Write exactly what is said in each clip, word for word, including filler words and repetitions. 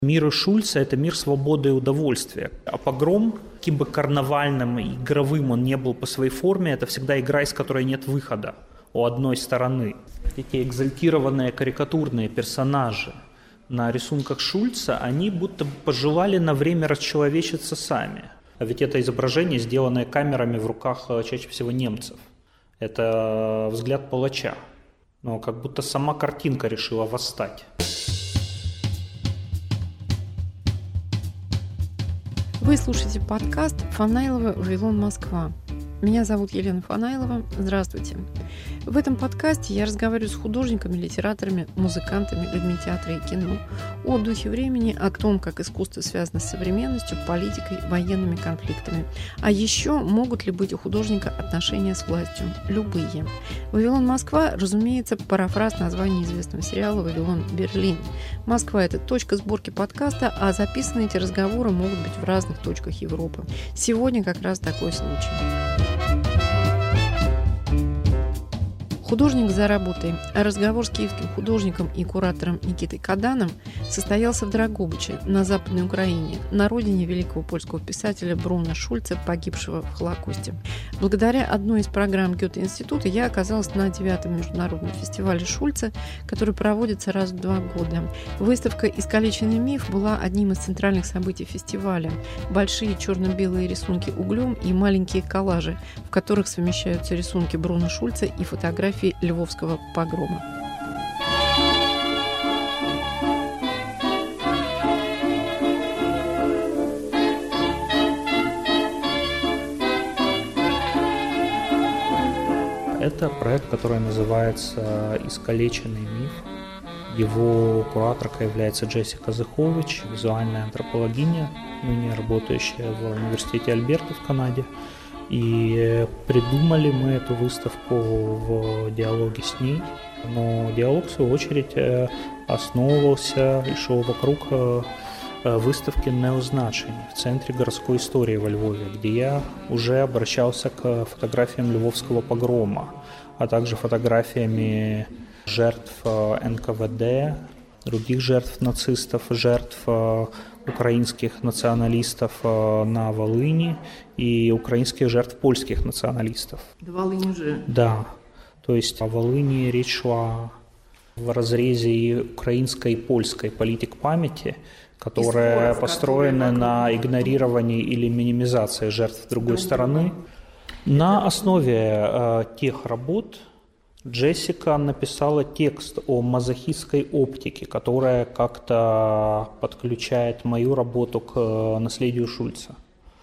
Мир Шульца – это мир свободы и удовольствия. А погром, каким бы карнавальным и игровым он не был по своей форме, это всегда игра, из которой нет выхода у одной стороны. Эти экзальтированные карикатурные персонажи на рисунках Шульца, они будто бы пожелали на время расчеловечиться сами. А ведь это изображение, сделанное камерами в руках чаще всего немцев. Это взгляд палача. Но как будто сама картинка решила восстать. Вы слушаете подкаст Фанайлова «Вавилон, Москва». Меня зовут Елена Фанайлова. Здравствуйте. В этом подкасте я разговариваю с художниками, литераторами, музыкантами, людьми театра и кино о духе времени, о том, как искусство связано с современностью, политикой, военными конфликтами. А еще могут ли быть у художника отношения с властью? Любые. «Вавилон, Москва», разумеется, парафраз названия известного сериала «Вавилон, Берлин». Москва – это точка сборки подкаста, а записаны эти разговоры могут быть в разных точках Европы. Сегодня как раз такой случай. Художник за работой. Разговор с киевским художником и куратором Никитой Каданом состоялся в Драгобыче, на Западной Украине, на родине великого польского писателя Бруно Шульца, погибшего в Холокосте. Благодаря одной из программ Гёте-института я оказалась на девятом международном фестивале Шульца, который проводится раз в два года. Выставка «Искалеченный миф» была одним из центральных событий фестиваля. Большие черно-белые рисунки углем и маленькие коллажи, в которых совмещаются рисунки Бруно Шульца и фотографии Львовского погрома. Это проект, который называется «Искалеченный миф». Его кураторкой является Джессика Зыхович, визуальная антропологиня, ныне работающая в университете Альберта в Канаде. И придумали мы эту выставку в диалоге с ней, но диалог, в свою очередь, основывался и шел вокруг выставки «Неозначень» в Центре городской истории во Львове, где я уже обращался к фотографиям Львовского погрома, а также фотографиями жертв эн ка вэ дэ, других жертв нацистов, жертв украинских националистов на Волыни и украинских жертв польских националистов. Да, Волынь уже. Да, то есть о Волыни речь шла в разрезе и украинской и польской политик памяти, которая построена на игнорировании или минимизации жертв другой стороны. На основе э, тех работ Джессика написала текст о мазохистской оптике, которая как-то подключает мою работу к наследию Шульца.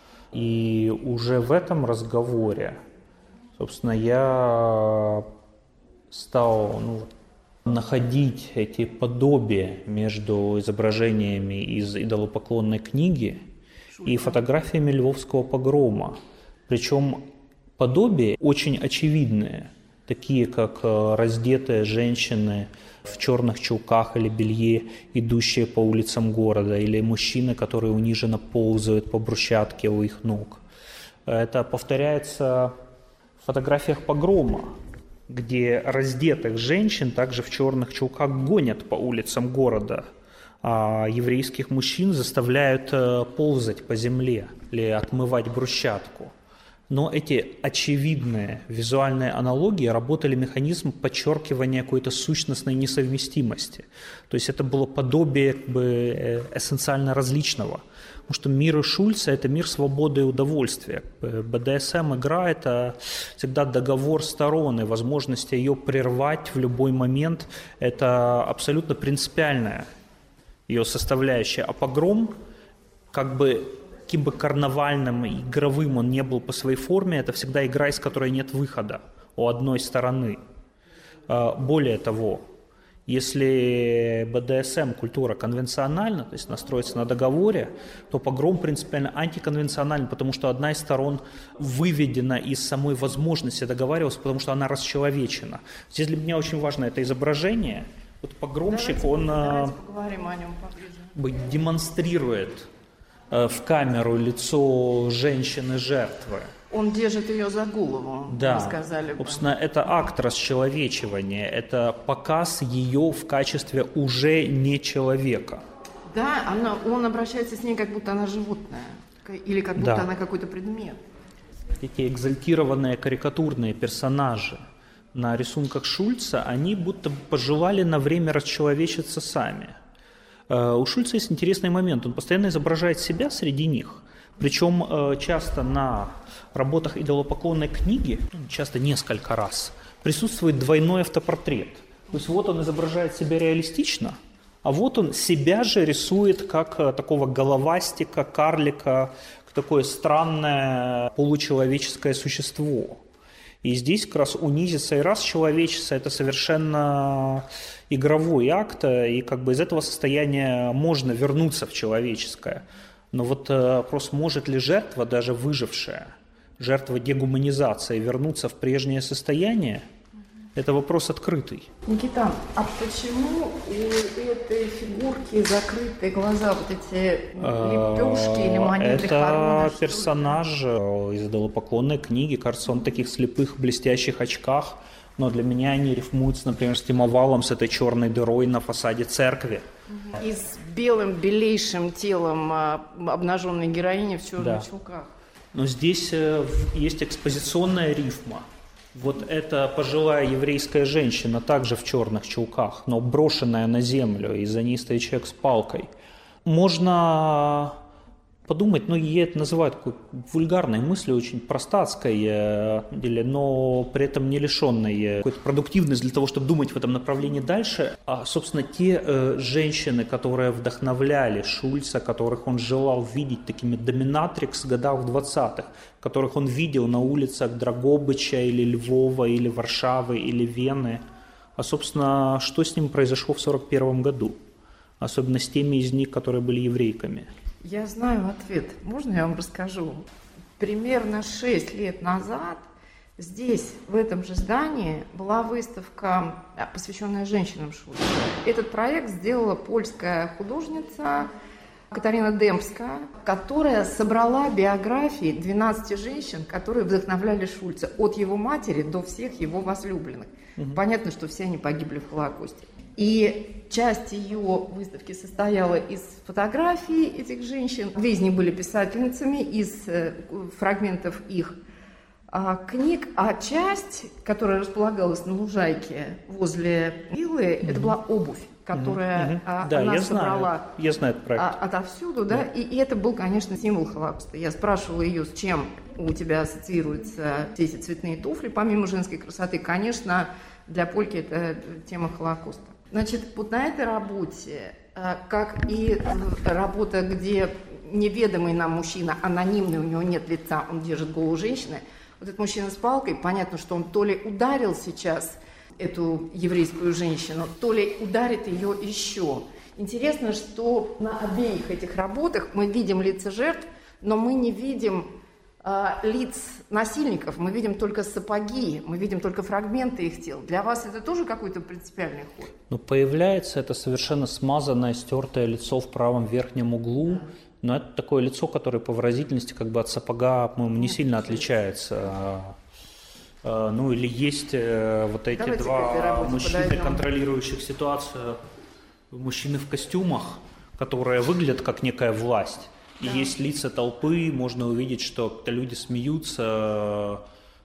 И уже в этом разговоре, собственно, я стал ну, находить эти подобия между изображениями из идолопоклонной книги и фотографиями Львовского погрома. Причем подобия очень очевидные, такие как раздетые женщины в черных чулках или белье, идущие по улицам города, или мужчины, которые униженно ползают по брусчатке у их ног. Это повторяется в фотографиях погрома, где раздетых женщин также в черных чулках гонят по улицам города, а еврейских мужчин заставляют ползать по земле или отмывать брусчатку. Но эти очевидные визуальные аналогии работали механизм подчеркивания какой-то сущностной несовместимости. То есть это было подобие как бы эссенциально различного. Потому что мир Шульца – это мир свободы и удовольствия. бэ дэ эс эм-игра – это всегда договор сторон, и возможность ее прервать в любой момент – это абсолютно принципиальная ее составляющая. А погром как бы… каким бы карнавальным и игровым он не был по своей форме, это всегда игра, из которой нет выхода у одной стороны. Более того, если бэ дэ эс эм-культура конвенциональна, то есть настроится на договоре, то погром принципиально антиконвенционален, потому что одна из сторон выведена из самой возможности договариваться, потому что она расчеловечена. Здесь для меня очень важно это изображение. Вот погромщик, давайте, он давайте поговорим о нем поближе. Демонстрирует в камеру лицо женщины-жертвы. Он держит ее за голову, да. Вы сказали бы. Собственно, это акт расчеловечивания, это показ ее в качестве уже не человека. Да, она, он обращается с ней, как будто она животное, или как будто да. она какой-то предмет. Эти экзальтированные карикатурные персонажи на рисунках Шульца, они будто пожелали на время расчеловечиться сами. У Шульца есть интересный момент, он постоянно изображает себя среди них, причем часто на работах идолопоклонной книги, часто несколько раз, присутствует двойной автопортрет. То есть вот он изображает себя реалистично, а вот он себя же рисует как такого головастика, карлика, такое странное получеловеческое существо. И здесь как раз унизиться и расчеловечиться – это совершенно игровой акт, и как бы из этого состояния можно вернуться в человеческое. Но вот вопрос, может ли жертва, даже выжившая, жертва дегуманизации, вернуться в прежнее состояние, это вопрос открытый. Никита, а почему у этой фигурки закрытые глаза, вот эти лепешки или манили Харона? Это персонаж из идолопоклонной книги. Кажется, он в таких слепых блестящих очках. Но для меня они рифмуются, например, с тем овалом, с этой черной дырой на фасаде церкви. И с белым, белейшим телом обнаженной героини в черных да. чулках. Но здесь есть экспозиционная рифма. Вот эта пожилая еврейская женщина, также в черных чулках, но брошенная на землю, и за ней стоит человек с палкой. Можно подумать, ну, ей это называют такой вульгарной мыслью, очень простацкой, но при этом не лишенной какой-то продуктивности для того, чтобы думать в этом направлении дальше. А, собственно, те э, женщины, которые вдохновляли Шульца, которых он желал видеть такими доминатрикс в годах двадцатых, которых он видел на улицах Драгобыча или Львова, или Варшавы, или Вены. А, собственно, что с ним произошло в сорок первом году? Особенно с теми из них, которые были еврейками. Я знаю ответ. Можно я вам расскажу? Примерно шесть лет назад здесь, в этом же здании, была выставка, посвященная женщинам Шульца. Этот проект сделала польская художница Катарина Дембская, которая собрала биографии двенадцати женщин, которые вдохновляли Шульца, от его матери до всех его возлюбленных. Угу. Понятно, что все они погибли в Холокосте. И часть ее выставки состояла из фотографий этих женщин. Две из них были писательницами, из фрагментов их книг, а часть, которая располагалась на лужайке возле виллы, mm-hmm. это была обувь, которая mm-hmm. да, она я собрала знаю. Я знаю этот проект. Отовсюду, да? Да. И, и это был, конечно, символ Холокоста. Я спрашивала ее, с чем у тебя ассоциируются все эти цветные туфли, помимо женской красоты. Конечно, для польки это тема Холокоста. Значит, вот на этой работе, как и работа, где неведомый нам мужчина, анонимный, у него нет лица, он держит голову женщины, вот этот мужчина с палкой, понятно, что он то ли ударил сейчас эту еврейскую женщину, то ли ударит ее еще. Интересно, что на обеих этих работах мы видим лица жертв, но мы не видим лиц насильников, мы видим только сапоги, мы видим только фрагменты их тел. Для вас это тоже какой-то принципиальный ход? Ну, появляется это совершенно смазанное, стертое лицо в правом верхнем углу, mm-hmm. но это такое лицо, которое по выразительности как бы от сапога, по-моему, не сильно отличается. Ну, или есть вот эти Давайте два мужчины, подойдем. Контролирующих ситуацию, мужчины в костюмах, которые выглядят как некая власть. И да. есть лица толпы, можно увидеть, что люди смеются,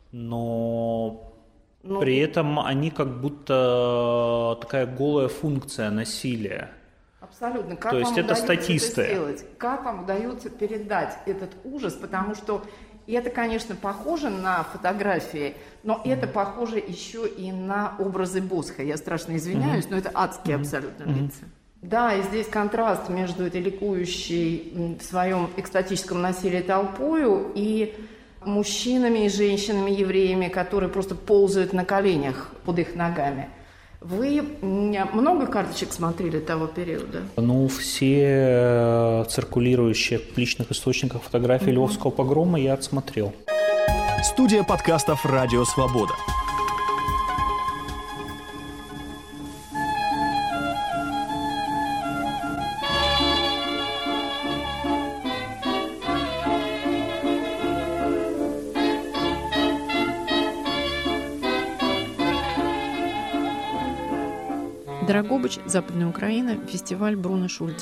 но ну, при этом они как будто такая голая функция насилия. Абсолютно. Как То есть вам это удается статисты. Это сделать? Как вам удается передать этот ужас? Потому что это, конечно, похоже на фотографии, но mm-hmm. это похоже еще и на образы Босха. Я страшно извиняюсь, mm-hmm. но это адские mm-hmm. абсолютно mm-hmm. лица. Да, и здесь контраст между этой ликующей в своем экстатическом насилии толпою и мужчинами и женщинами, евреями, которые просто ползают на коленях под их ногами. Вы много карточек смотрели того периода? Ну, все циркулирующие в личных источниках фотографии mm-hmm. Львовского погрома я отсмотрел. Студия подкастов «Радио Свобода». Драгобыч, Западная Украина, фестиваль Бруно Шульца.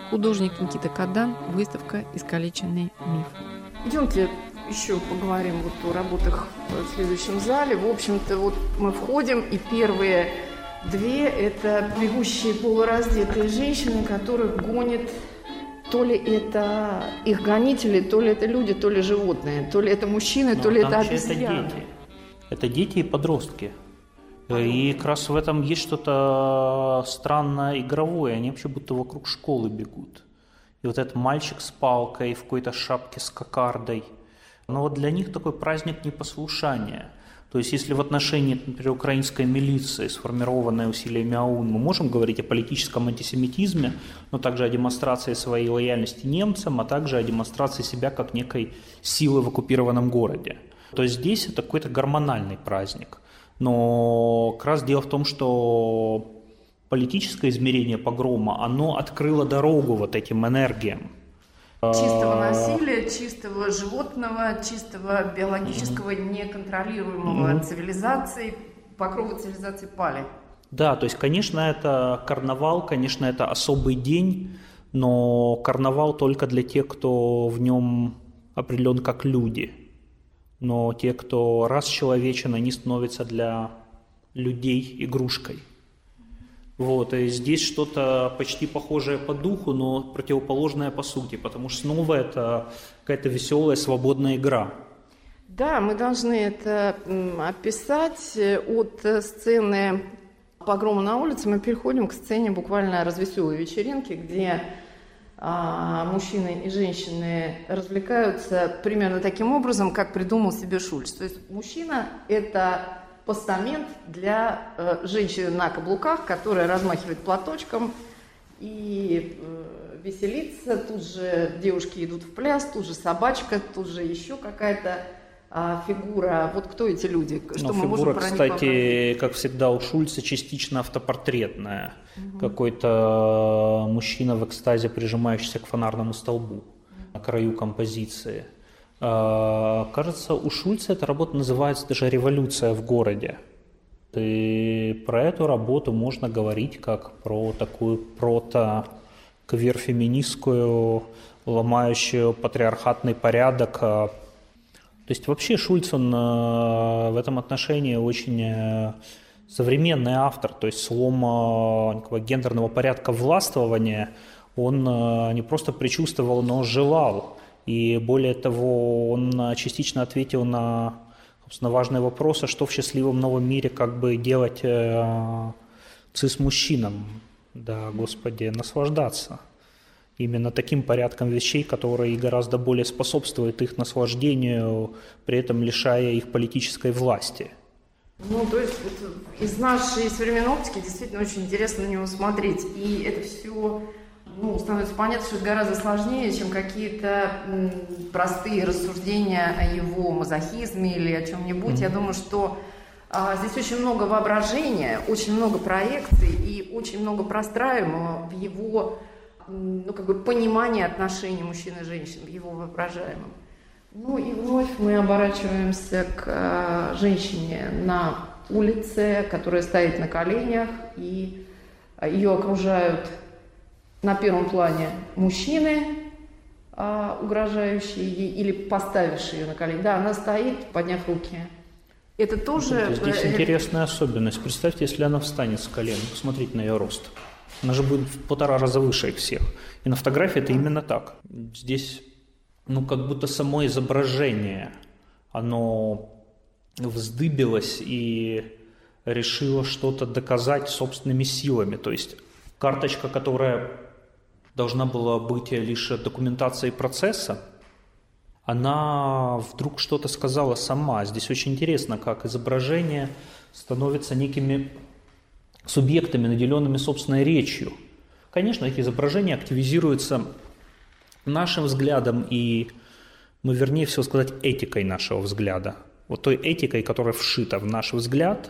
Художник Никита Кадан, выставка «Искалеченный миф». Идемте еще поговорим вот о работах в следующем зале. В общем-то, вот мы входим, и первые две – это бегущие полураздетые женщины, которых гонит то ли это их гонители, то ли это люди, то ли животные, то ли это мужчины, Но то ли это Это обезьяны. дети. Это дети и подростки. И как раз в этом есть что-то странное, игровое. Они вообще будто вокруг школы бегут. И вот этот мальчик с палкой в какой-то шапке с кокардой. Но вот для них такой праздник непослушания. То есть если в отношении, например, украинской милиции, сформированной усилиями ОУН, мы можем говорить о политическом антисемитизме, но также о демонстрации своей лояльности немцам, а также о демонстрации себя как некой силы в оккупированном городе. То есть здесь это какой-то гормональный праздник. Но как раз дело в том, что политическое измерение погрома, оно открыло дорогу вот этим энергиям. Чистого насилия, чистого животного, чистого биологического, неконтролируемого mm-hmm. цивилизации, покровы цивилизации пали. Да, то есть, конечно, это карнавал, конечно, это особый день, но карнавал только для тех, кто в нем определен как люди. Но те, кто расчеловечен, они становятся для людей игрушкой. Вот, и здесь что-то почти похожее по духу, но противоположное по сути, потому что снова это какая-то веселая, свободная игра. Да, мы должны это описать. От сцены погрома на улице мы переходим к сцене буквально развеселой вечеринки, где а, мужчины и женщины развлекаются примерно таким образом, как придумал себе Шульц. То есть мужчина – это постамент для э, женщины на каблуках, которая размахивает платочком и э, веселится. Тут же девушки идут в пляс, тут же собачка, тут же еще какая-то э, фигура. Вот кто эти люди? Что Но мы фигура, можем про них кстати, вообразить? как всегда у Шульца, частично автопортретная. Угу. Какой-то мужчина в экстазе, прижимающийся к фонарному столбу на краю композиции. Кажется, у Шульца эта работа называется даже «Революция в городе». И про эту работу можно говорить как про такую прото-квир-феминистскую, ломающую патриархатный порядок. То есть вообще Шульц, он в этом отношении очень современный автор. То есть слом гендерного порядка властвования он не просто предчувствовал, но желал. И более того, он частично ответил на, собственно, важные вопросы, что в счастливом новом мире как бы делать э, цис-мужчинам. Да, Господи, наслаждаться именно таким порядком вещей, который гораздо более способствует их наслаждению, при этом лишая их политической власти. Ну, то есть вот, из нашей современной оптики действительно очень интересно на него смотреть. И это все... Ну, становится понятно, что это гораздо сложнее, чем какие-то м, простые рассуждения о его мазохизме или о чем-нибудь. Mm-hmm. Я думаю, что а, здесь очень много воображения, очень много проекций и очень много простраиваемого в его ну, как бы понимании отношений мужчин и женщин, в его воображаемом. Ну и вновь мы оборачиваемся к а, женщине на улице, которая стоит на коленях, и а, ее окружают на первом плане мужчины, а, угрожающие ей или поставившие ее на колени. Да, она стоит, подняв руки. Это тоже... Здесь интересная особенность. Представьте, если она встанет с колен, посмотрите на ее рост. Она же будет в полтора раза выше их всех. И на фотографии это именно так. Здесь, ну, как будто само изображение, оно вздыбилось и решило что-то доказать собственными силами. То есть карточка, которая должна была быть лишь документацией процесса, она вдруг что-то сказала сама. Здесь очень интересно, как изображение становится некими субъектами, наделенными собственной речью. Конечно, эти изображения активизируются нашим взглядом и, ну, вернее всего сказать, этикой нашего взгляда. Вот той этикой, которая вшита в наш взгляд,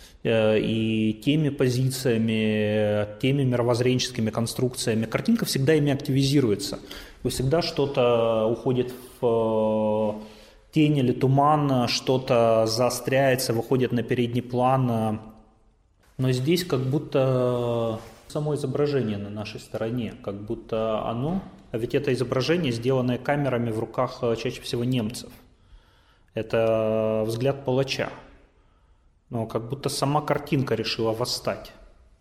и теми позициями, теми мировоззренческими конструкциями. Картинка всегда ими активизируется. И всегда что-то уходит в тень или туман, что-то заостряется, выходит на передний план. Но здесь как будто Само изображение на нашей стороне, как будто оно, а ведь это изображение, сделанное камерами в руках чаще всего немцев. Это взгляд палача. Но как будто сама картинка решила восстать.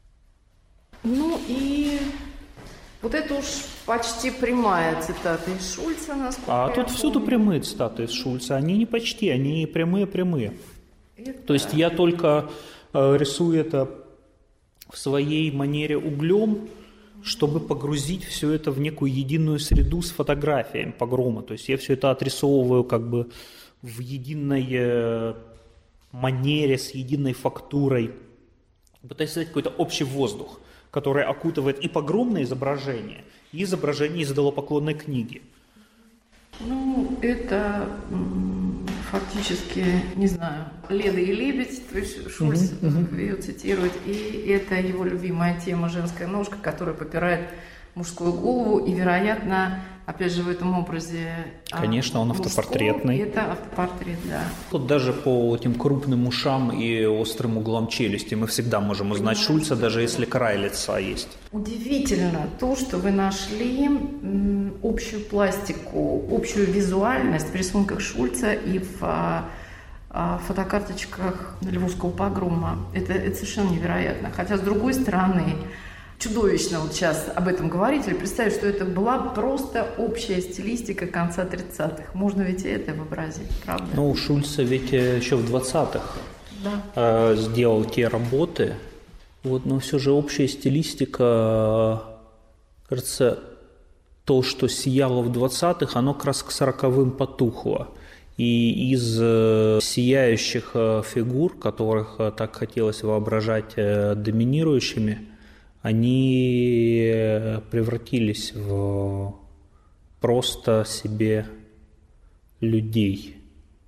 Ну и вот это уж почти прямая цитата из Шульца, насколько А я тут помню. всюду прямые цитаты из Шульца. Они не почти, они прямые-прямые. То есть я только э, рисую это в своей манере углем, чтобы погрузить все это в некую единую среду с фотографиями погрома. То есть я все это отрисовываю как бы в единой манере, с единой фактурой. Пытаюсь создать какой-то общий воздух, который окутывает и погромное изображение, и изображение из идолопоклонной книги. Ну, это м, фактически, не знаю, «Леда и лебедь», то есть Шульц uh-huh, uh-huh. ее цитирует, и это его любимая тема «Женская ножка», которая попирает мужскую голову, и, вероятно, опять же, в этом образе... Конечно, он мужском, автопортретный. Это автопортрет, да. Вот даже по этим крупным ушам и острым углам челюсти мы всегда можем узнать Понимаете, Шульца, даже если край лица есть. Удивительно то, что вы нашли м, общую пластику, общую визуальность в рисунках Шульца и в а, а, фотокарточках Львовского погрома. Это, это совершенно невероятно. Хотя, с другой стороны... Чудовищно вот сейчас об этом говорить или представить, что это была просто общая стилистика конца тридцатых. Можно ведь и это вообразить, правда? Ну, Шульца ведь еще в двадцатых да. э, сделал те работы, вот, но все же общая стилистика, кажется, то, что сияло в двадцатых, оно как раз к сороковым потухло. И из э, сияющих э, фигур, которых э, так хотелось воображать э, доминирующими, они превратились в просто себе людей,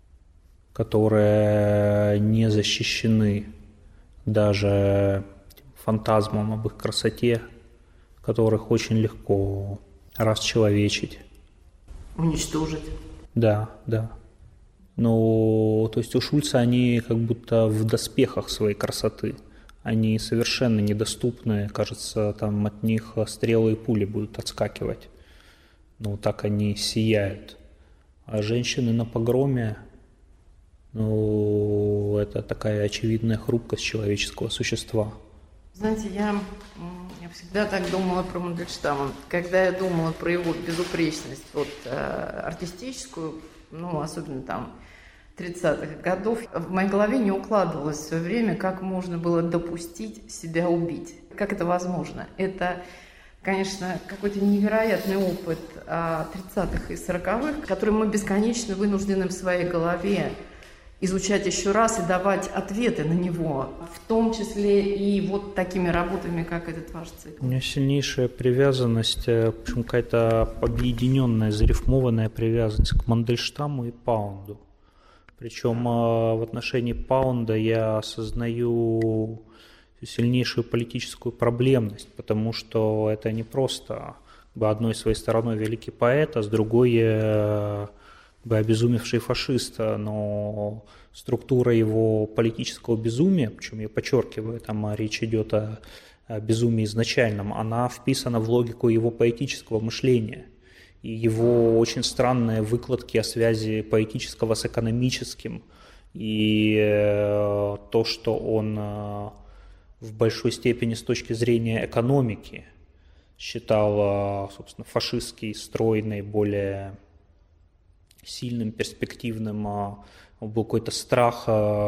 которые не защищены даже фантазмом об их красоте, которых очень легко расчеловечить. Уничтожить. Да, да. Ну, то есть у Шульца они как будто в доспехах своей красоты. Они совершенно недоступны, кажется, там от них стрелы и пули будут отскакивать. Ну, так они сияют. А женщины на погроме, ну, это такая очевидная хрупкость человеческого существа. Знаете, я, я всегда так думала про Мандельштама. Когда я думала про его безупречность, вот, артистическую, ну, особенно там, тридцатых годов, в моей голове не укладывалось в свое время, как можно было допустить себя убить. Как это возможно? Это, конечно, какой-то невероятный опыт тридцатых и сороковых, который мы бесконечно вынуждены в своей голове изучать еще раз и давать ответы на него, в том числе и вот такими работами, как этот ваш цикл. У меня сильнейшая привязанность, причем какая-то объединенная, зарифмованная привязанность к Мандельштаму и Паунду. Причем в отношении Паунда я осознаю сильнейшую политическую проблемность, потому что это не просто одной своей стороной великий поэт, а с другой обезумевший фашист, но структура его политического безумия, причем я подчеркиваю, там речь идет о безумии изначальном, она вписана в логику его поэтического мышления. И его очень странные выкладки о связи поэтического с экономическим, и то, что он в большой степени с точки зрения экономики считал, собственно, фашистский строй наиболее сильным, перспективным, был какой-то страх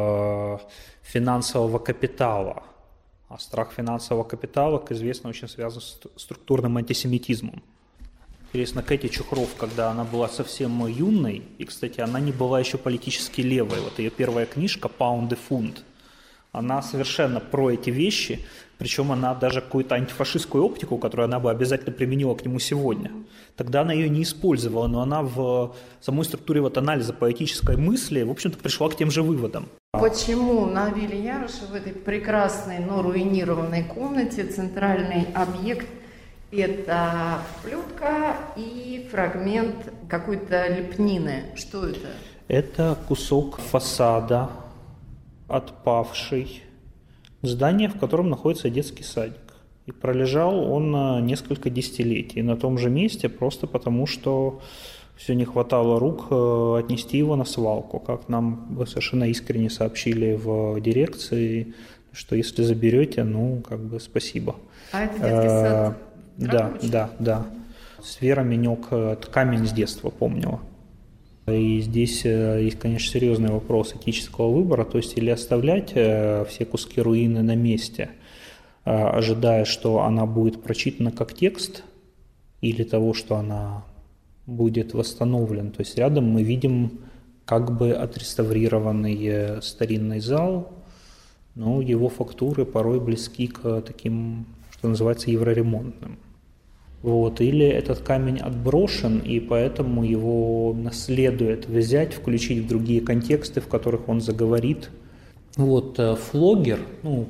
финансового капитала. А страх финансового капитала, как известно, очень связан с структурным антисемитизмом. Интересно, Кэти Чухров, когда она была совсем юной, и, кстати, она не была еще политически левой, вот ее первая книжка «Паунд и фунт», она совершенно про эти вещи, причем она даже какую-то антифашистскую оптику, которую она бы обязательно применила к нему сегодня. Тогда она ее не использовала, но она в самой структуре вот анализа поэтической мысли, в общем-то, пришла к тем же выводам. Почему на вилле Яроша в этой прекрасной, но руинированной комнате центральный объект – это плитка и фрагмент какой-то лепнины? Что это? Это кусок фасада, отпавший, здание, в котором находится детский садик. И пролежал он несколько десятилетий на том же месте, просто потому что все не хватало рук отнести его на свалку. Как нам совершенно искренне сообщили в дирекции, что если заберете, ну, как бы спасибо. А это детский сад? Да, да, да. Вера Менек камень с детства помнила. И здесь есть, конечно, серьезный вопрос этического выбора, то есть или оставлять все куски руины на месте, ожидая, что она будет прочитана как текст, или того, что она будет восстановлена. То есть рядом мы видим как бы отреставрированный старинный зал, но его фактуры порой близки к таким, что называется, евроремонтным. Вот. Или этот камень отброшен, и поэтому его следует взять, включить в другие контексты, в которых он заговорит. Вот флогер, ну,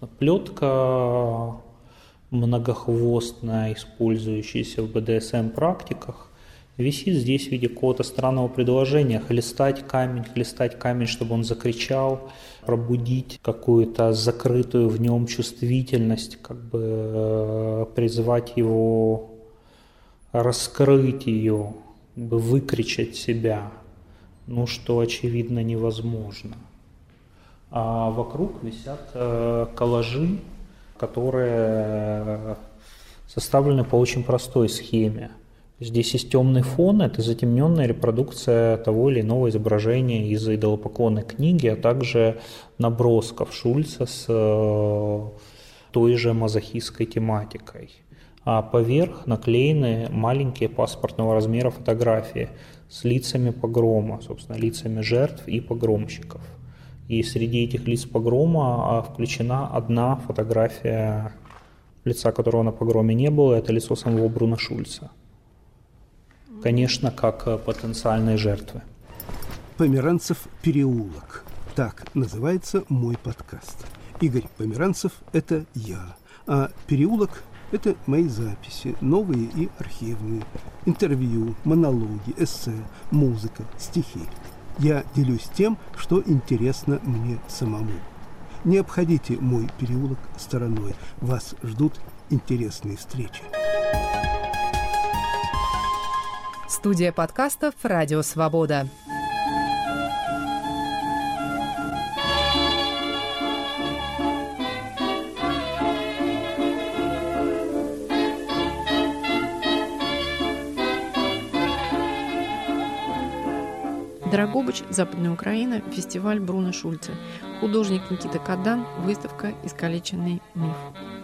плетка многохвостная, использующаяся в бэ дэ эс эм-практиках, висит здесь в виде какого-то странного предложения: хлестать камень, хлестать камень, чтобы он закричал, пробудить какую-то закрытую в нем чувствительность, как бы э, призвать его, раскрыть ее, как бы выкричать себя, ну, что, очевидно, невозможно. А вокруг висят э, коллажи, которые составлены по очень простой схеме. Здесь есть темный фон, это затемненная репродукция того или иного изображения из идолопоклонной книги, а также набросков Шульца с э, той же мазохистской тематикой. А поверх наклеены маленькие паспортного размера фотографии с лицами погрома, собственно, лицами жертв и погромщиков. И среди этих лиц погрома включена одна фотография лица, которого на погроме не было, это лицо самого Бруно Шульца. Конечно, как потенциальные жертвы. Померанцев переулок. Так называется мой подкаст. Игорь Померанцев – это я, а переулок – это мои записи, новые и архивные, интервью, монологи, эссе, музыка, стихи. Я делюсь тем, что интересно мне самому. Не обходите мой переулок стороной. Вас ждут интересные встречи. Студия подкастов «Радио Свобода». Драгобыч, Западная Украина, фестиваль Бруно Шульца. Художник Никита Кадан, выставка «Искалеченный миф».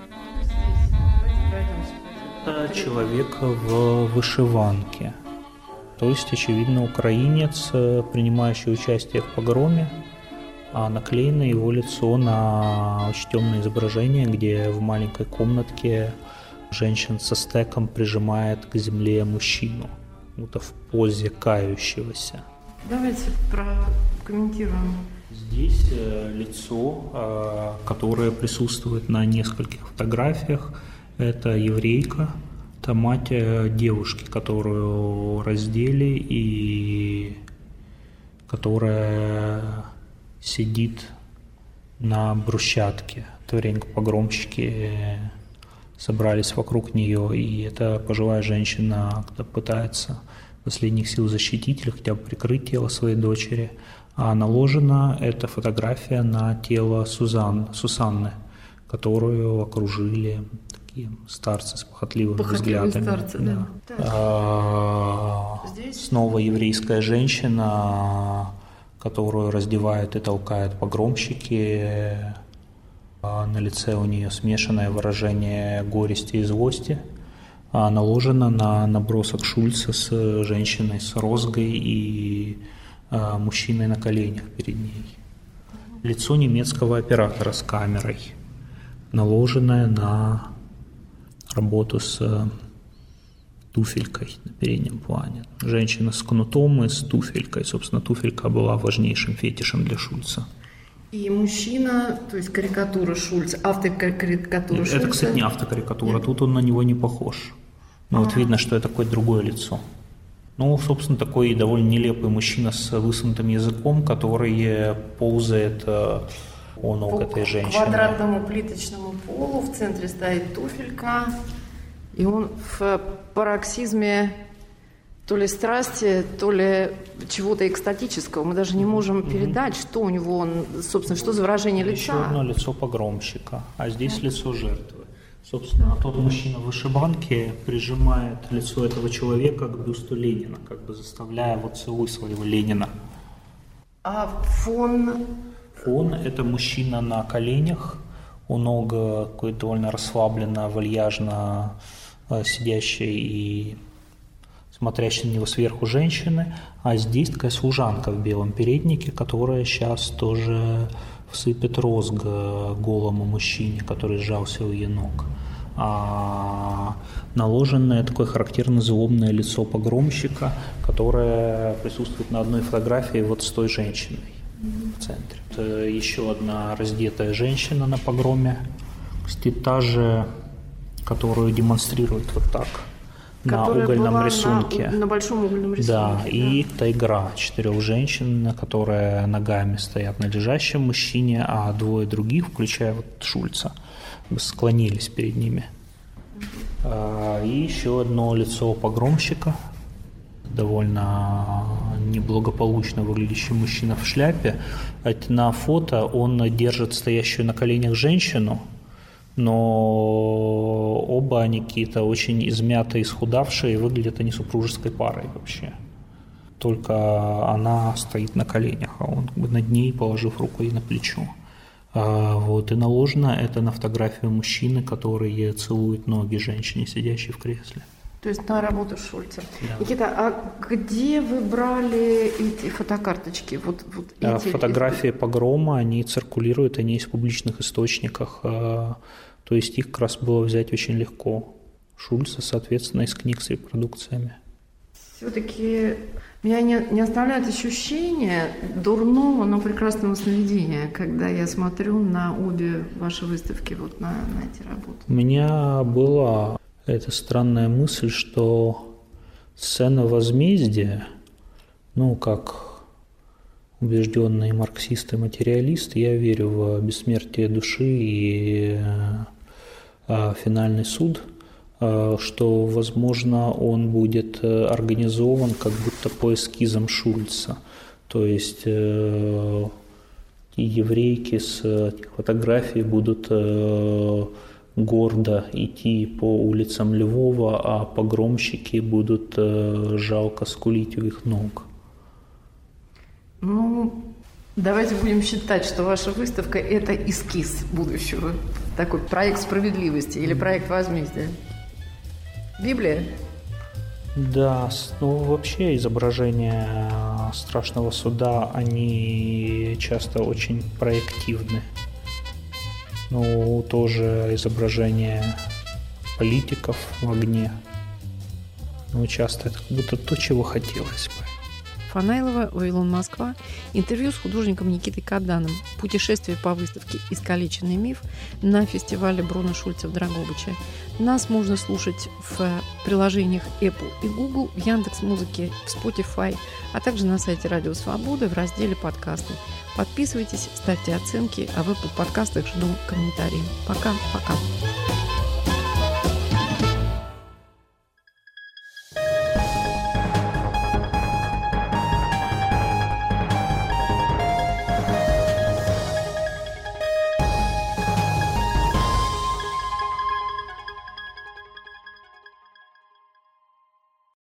Это человек в вышиванке. То есть, очевидно, украинец, принимающий участие в погроме, а наклеено его лицо на очень темное изображение, где в маленькой комнатке женщина со стеком прижимает к земле мужчину, будто в позе кающегося. Давайте прокомментируем. Здесь лицо, которое присутствует на нескольких фотографиях, это еврейка. Это мать девушки, которую раздели и которая сидит на брусчатке. В то время погромщики собрались вокруг нее, и эта пожилая женщина пытается последних сил защитить или хотя бы прикрыть тело своей дочери. А наложена эта фотография на тело Сузан, Сусанны, которую окружили старцы с похотливыми Похотливые взглядами. Старцы, да. Да. А, снова еврейская женщина, которую раздевают и толкают погромщики. А на лице у нее смешанное выражение горести и злости. А наложено на набросок Шульца с женщиной с розгой и а, мужчиной на коленях перед ней. Лицо немецкого оператора с камерой, наложенное на работу с туфелькой на переднем плане. Женщина с кнутом и с туфелькой. Собственно, туфелька была важнейшим фетишем для Шульца. И мужчина, то есть карикатура Шульца, автокарикатура Шульца. Это, кстати, не автокарикатура. Нет. Тут он на него не похож. Но А-а-а. вот видно, что это какое-то другое лицо. Ну, собственно, такой довольно нелепый мужчина с высунутым языком, который ползает у ног этой женщины. По квадратному плиточному полу в центре стоит туфелька, и он в пароксизме то ли страсти, то ли чего-то экстатического. Мы даже не можем mm-hmm. передать, что у него, он, собственно, что за выражение лица. Еще одно лицо погромщика, а здесь лицо жертвы. Собственно, тот мужчина в вышибанке прижимает лицо этого человека к бюсту Ленина, как бы заставляя его целуй своего Ленина. А фон? Фон – это мужчина на коленях, у ног какой-то довольно расслабленно, вальяжно сидящий и смотрящей на него сверху женщины, а здесь такая служанка в белом переднике, которая сейчас тоже всыпет розг голому мужчине, который сжался у ее ног. А наложенное такое характерно злобное лицо погромщика, которое присутствует на одной фотографии вот с той женщиной в центре. Это еще одна раздетая женщина на погроме, кстати, та же, которую демонстрируют вот так. На угольном рисунке. На, на большом угольном рисунке. Да, да, и тайгра четырех женщин, которые ногами стоят на лежащем мужчине, а двое других, включая вот Шульца, склонились перед ними. А, и еще одно лицо погромщика, довольно неблагополучно выглядящий мужчина в шляпе. На фото он держит стоящую на коленях женщину, но оба они какие-то очень измятые, исхудавшие, выглядят они супружеской парой вообще. Только она стоит на коленях, а он над ней, положив руку ей на плечо. А, вот, и наложено это на фотографию мужчины, который целует ноги женщине, сидящей в кресле. То есть на работу Шульца. Да. Никита, а где вы брали эти фотокарточки? Вот, вот эти... Фотографии погрома, они циркулируют, они есть в публичных источниках. То есть их как раз было взять очень легко. Шульца, соответственно, из книг с репродукциями. Все-таки меня не, не оставляет ощущение дурного, но прекрасного сновидения, когда я смотрю на обе ваши выставки, вот на, на эти работы. У меня была эта странная мысль, что сцена возмездия, ну, как убежденный марксист и материалист, я верю в бессмертие души и э, финальный суд, э, что, возможно, он будет организован как будто по эскизам Шульца. То есть э, и еврейки с этих фотографий будут э, гордо идти по улицам Львова, а погромщики будут э, жалко скулить у их ног. Ну, давайте будем считать, что ваша выставка – это эскиз будущего, такой проект справедливости или проект возмездия. Библия? Да, ну вообще изображения страшного суда, они часто очень проективны. Ну, тоже изображение политиков в огне. Ну, часто это как будто то, чего хотелось бы. Фанайлова, Вавилон, Москва. Интервью с художником Никитой Каданом. Путешествие по выставке «Искалеченный миф» на фестивале Бруно Шульца в Драгобыче. Нас можно слушать в приложениях Apple и Google, в Яндекс.Музыке, в Spotify, а также на сайте Радио Свобода в разделе «Подкасты». Подписывайтесь, ставьте оценки, а в Apple подкастах жду комментарии. Пока-пока.